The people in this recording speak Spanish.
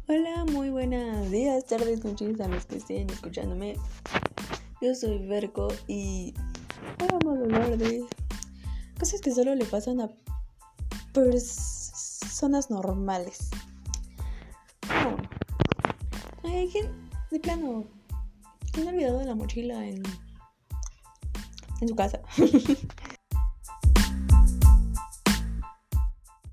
Hola, muy buenos días, tardes, noches a los que estén escuchándome. Yo soy Verco y hoy vamos a hablar de cosas que solo le pasan a personas normales. Hay quien, de plano, ¿quién ha olvidado la mochila en su casa?